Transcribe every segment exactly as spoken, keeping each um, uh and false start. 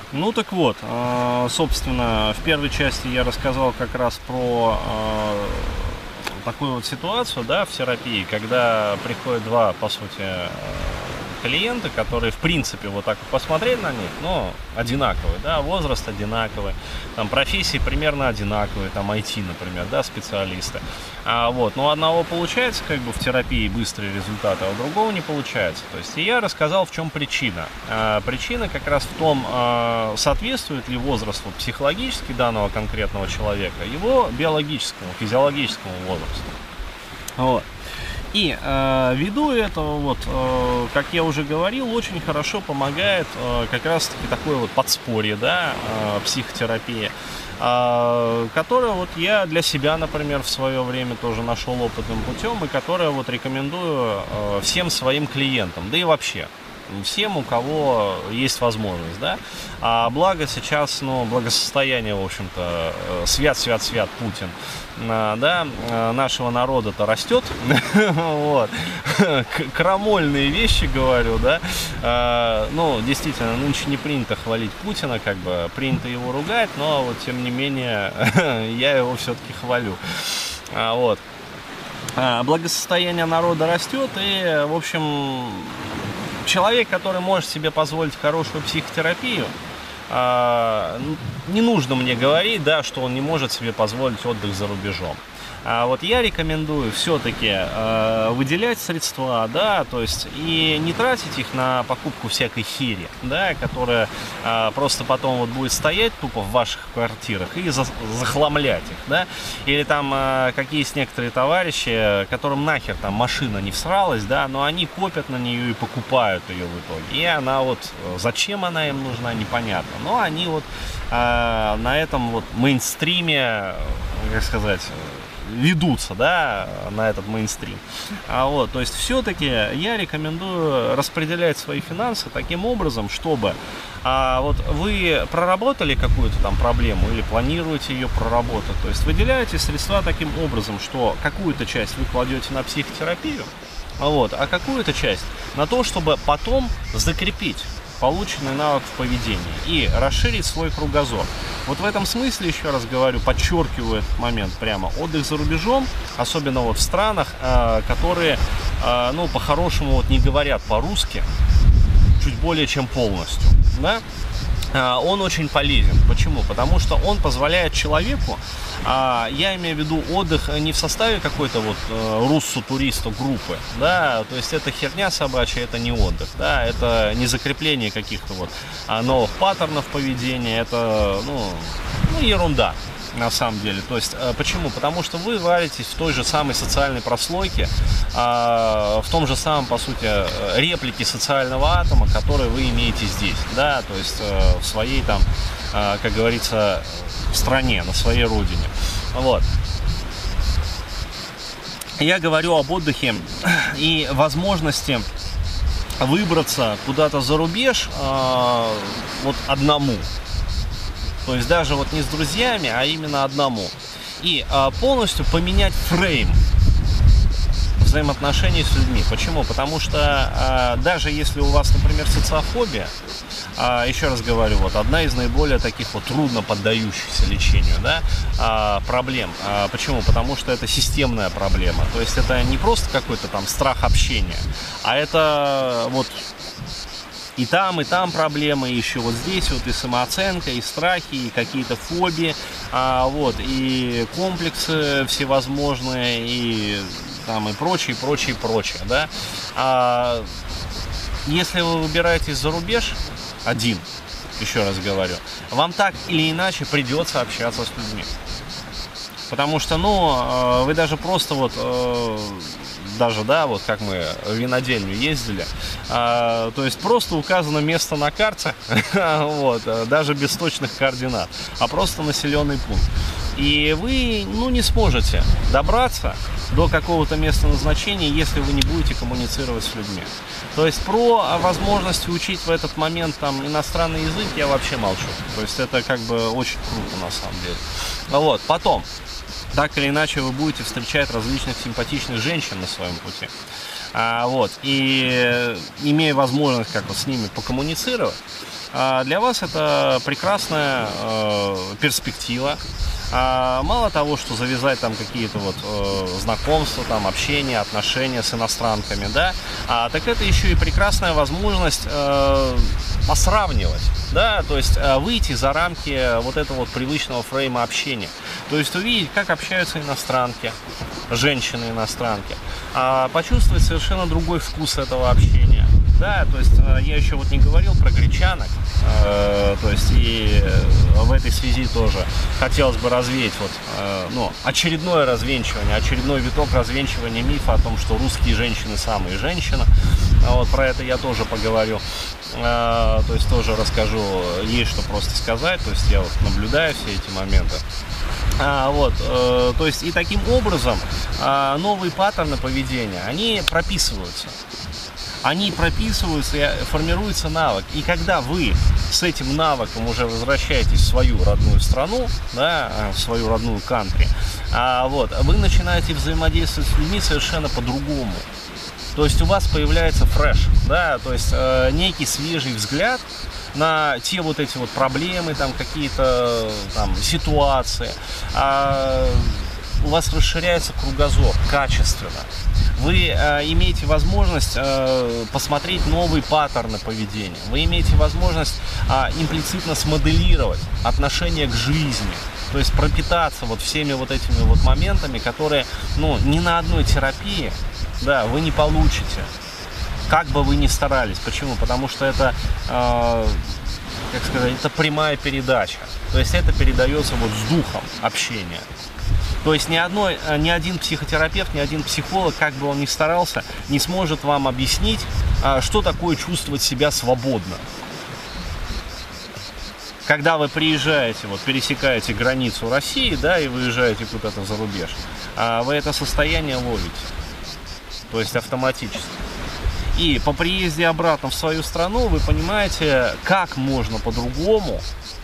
Ну так вот, собственно, в первой части я рассказал как раз про такую вот ситуацию, да, в терапии, когда приходят два, по сути, клиенты, которые, в принципе, вот так вот посмотреть на них, ну, одинаковые, да, возраст одинаковый, там, профессии примерно одинаковые, там, ай ти, например, да, специалисты, а, вот, но у одного получается, как бы, в терапии быстрые результаты, а у другого не получается, то есть, и я рассказал, в чем причина, а, причина как раз в том, а, соответствует ли возраст вот, психологически данного конкретного человека его биологическому, физиологическому возрасту, вот. И э, ввиду этого, вот, э, как я уже говорил, очень хорошо помогает э, как раз-таки такое вот подспорье, да, э, психотерапия, э, которое вот я для себя, например, в свое время тоже нашел опытным путем, и которое вот рекомендую э, всем своим клиентам, да и вообще всем, у кого есть возможность, да, а благо сейчас, ну, благосостояние, в общем-то, свят, свят, свят Путин, да, нашего народа-то растет, вот, крамольные вещи говорю, да, ну, действительно, нынче не принято хвалить Путина, как бы, принято его ругать, но вот, тем не менее, я его все-таки хвалю, вот, благосостояние народа растет, и, в общем, человек, который может себе позволить хорошую психотерапию, не нужно мне говорить, да, что он не может себе позволить отдых за рубежом. А вот я рекомендую все-таки э, выделять средства, да, то есть и не тратить их на покупку всякой хири, да, которая э, просто потом вот будет стоять тупо в ваших квартирах и за, захламлять их, да, или там э, какие есть некоторые товарищи, которым нахер там машина не всралась, да, но они копят на нее и покупают ее в итоге, и она вот, зачем она им нужна, непонятно, но они вот э, на этом вот мейнстриме, как сказать, ведутся, да, на этот мейнстрим. А вот, то есть все-таки я рекомендую распределять свои финансы таким образом, чтобы а, вот вы проработали какую-то там проблему или планируете ее проработать, то есть выделяете средства таким образом, что какую-то часть вы кладете на психотерапию, вот, а какую-то часть на то, чтобы потом закрепить полученный навык в поведении и расширить свой кругозор. Вот в этом смысле, еще раз говорю, подчеркиваю этот момент прямо, отдых за рубежом, особенно вот в странах, э, которые, э, ну, по-хорошему вот не говорят по-русски, чуть более чем полностью, да, э, он очень полезен. Почему? Потому что он позволяет человеку, э, я имею в виду отдых не в составе какой-то вот э, руссо-туристо группы, да, то есть это херня собачья, это не отдых, да, это не закрепление каких-то вот новых паттернов поведения, это, ну, ну, ерунда. На самом деле, то есть, э, почему? Потому что вы варитесь в той же самой социальной прослойке, э, в том же самом, по сути, реплике социального атома, который вы имеете здесь, да, то есть э, в своей там, э, как говорится, стране, на своей родине, вот. Я говорю об отдыхе и возможности выбраться куда-то за рубеж э, вот одному. То есть даже вот не с друзьями, а именно одному. И а, полностью поменять фрейм взаимоотношений с людьми. Почему? Потому что а, даже если у вас, например, социофобия, а, еще раз говорю, вот одна из наиболее таких вот трудно поддающихся лечению, да, а, проблем. А, почему? Потому что это системная проблема. То есть это не просто какой-то там страх общения, а это вот и там, и там проблемы, еще вот здесь вот и самооценка, и страхи, и какие-то фобии, а, вот, и комплексы всевозможные, и там, и прочее, прочее, прочее, да. А, если вы выбираетесь за рубеж один, еще раз говорю, вам так или иначе придется общаться с людьми. Потому что, ну, вы даже просто вот, даже, да, вот как мы в винодельню ездили, то есть просто указано место на карте, вот, даже без точных координат, а просто населенный пункт. И вы, ну, не сможете добраться до какого-то места назначения, если вы не будете коммуницировать с людьми. То есть про возможности учить в этот момент там иностранный язык я вообще молчу. То есть это как бы очень круто на самом деле. Вот, потом, так или иначе вы будете встречать различных симпатичных женщин на своем пути. А, вот, и имея возможность как вот с ними покоммуницировать, а, для вас это прекрасная э, перспектива. А, мало того, что завязать там какие-то вот э, знакомства, там общение, отношения с иностранками, да, а, так это еще и прекрасная возможность э, посравнивать, да, то есть э, выйти за рамки вот этого вот привычного фрейма общения, то есть увидеть, как общаются иностранки, женщины-иностранки, а, почувствовать совершенно другой вкус этого общения. Да, то есть я еще вот не говорил про гречанок, э, то есть и в этой связи тоже хотелось бы развеять вот, э, ну, очередное развенчивание, очередной виток развенчивания мифа о том, что русские женщины самые женщины. Вот про это я тоже поговорю, э, то есть тоже расскажу, есть что просто сказать, то есть я вот наблюдаю все эти моменты. А, вот, э, то есть и таким образом э, новые паттерны поведения, они прописываются. Они прописываются, и формируется навык. И когда вы с этим навыком уже возвращаетесь в свою родную страну, да, в свою родную кантри, а, вот, вы начинаете взаимодействовать с людьми совершенно по-другому. То есть у вас появляется фреш, да, то есть э, некий свежий взгляд на те вот эти вот проблемы, там какие-то там ситуации. А, у вас расширяется кругозор качественно. Вы э, имеете возможность э, посмотреть новые паттерны поведения. Вы имеете возможность э, имплицитно смоделировать отношение к жизни. То есть пропитаться вот всеми вот этими вот моментами, которые, ну, ни на одной терапии, да, вы не получите. Как бы вы ни старались. Почему? Потому что это, э, как сказать, это прямая передача. То есть это передается вот с духом общения. То есть ни, одной, ни один психотерапевт, ни один психолог, как бы он ни старался, не сможет вам объяснить, что такое чувствовать себя свободно. Когда вы приезжаете, вот, пересекаете границу России, да, и выезжаете куда-то за рубеж, вы это состояние ловите. То есть автоматически. И по приезде обратно в свою страну вы понимаете, как можно по-другому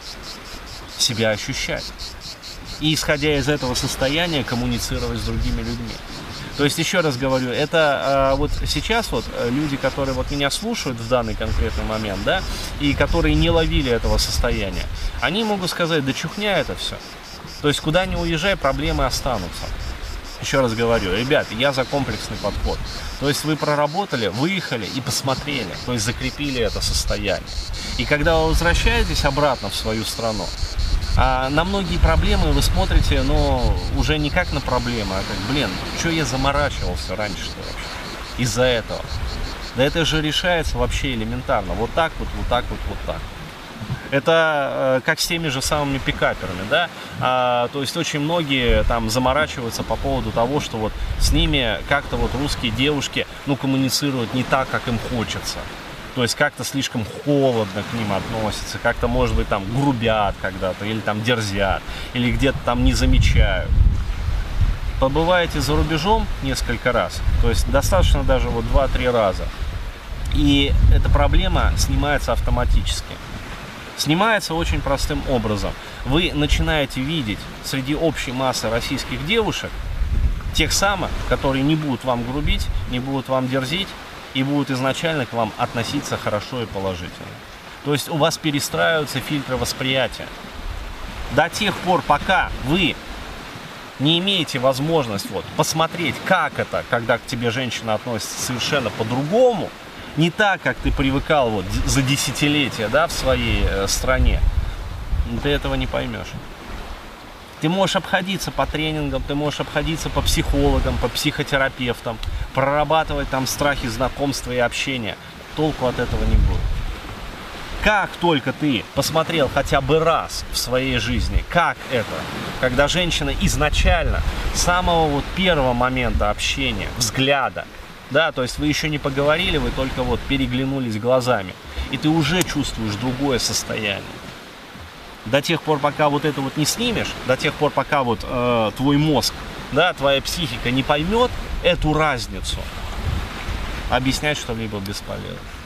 себя ощущать. И, исходя из этого состояния, коммуницировать с другими людьми. То есть, еще раз говорю, это а, вот сейчас вот люди, которые вот меня слушают в данный конкретный момент, да, и которые не ловили этого состояния, они могут сказать, да чухня это все. То есть, куда ни уезжай, проблемы останутся. Еще раз говорю, ребят, я за комплексный подход. То есть, вы проработали, выехали и посмотрели, то есть, закрепили это состояние. И когда вы возвращаетесь обратно в свою страну, А на многие проблемы вы смотрите, но уже не как на проблемы, а как, блин, что я заморачивался раньше-то вообще из-за этого. Да это же решается вообще элементарно. Вот так вот, вот так вот, вот так. Это э, как с теми же самыми пикаперами, да. А, то есть очень многие там заморачиваются по поводу того, что вот с ними как-то вот русские девушки, ну, коммуницируют не так, как им хочется. То есть как-то слишком холодно к ним относятся, как-то, может быть, там грубят когда-то, или там дерзят, или где-то там не замечают. Побываете за рубежом несколько раз, то есть достаточно даже вот два-три раза, и эта проблема снимается автоматически. Снимается очень простым образом. Вы начинаете видеть среди общей массы российских девушек тех самых, которые не будут вам грубить, не будут вам дерзить, и будут изначально к вам относиться хорошо и положительно. То есть у вас перестраиваются фильтры восприятия. До тех пор, пока вы не имеете возможность вот, посмотреть, как это, когда к тебе женщина относится совершенно по-другому, не так, как ты привыкал вот, за десятилетия, да, в своей э, стране, ты этого не поймешь. Ты можешь обходиться по тренингам, ты можешь обходиться по психологам, по психотерапевтам, прорабатывать там страхи знакомства и общения. Толку от этого не будет. Как только ты посмотрел хотя бы раз в своей жизни, как это, когда женщина изначально, с самого вот первого момента общения, взгляда, да, то есть вы еще не поговорили, вы только вот переглянулись глазами, и ты уже чувствуешь другое состояние. До тех пор, пока вот это вот не снимешь, до тех пор, пока вот э, твой мозг, да, твоя психика не поймет эту разницу, объяснять что-либо бесполезно.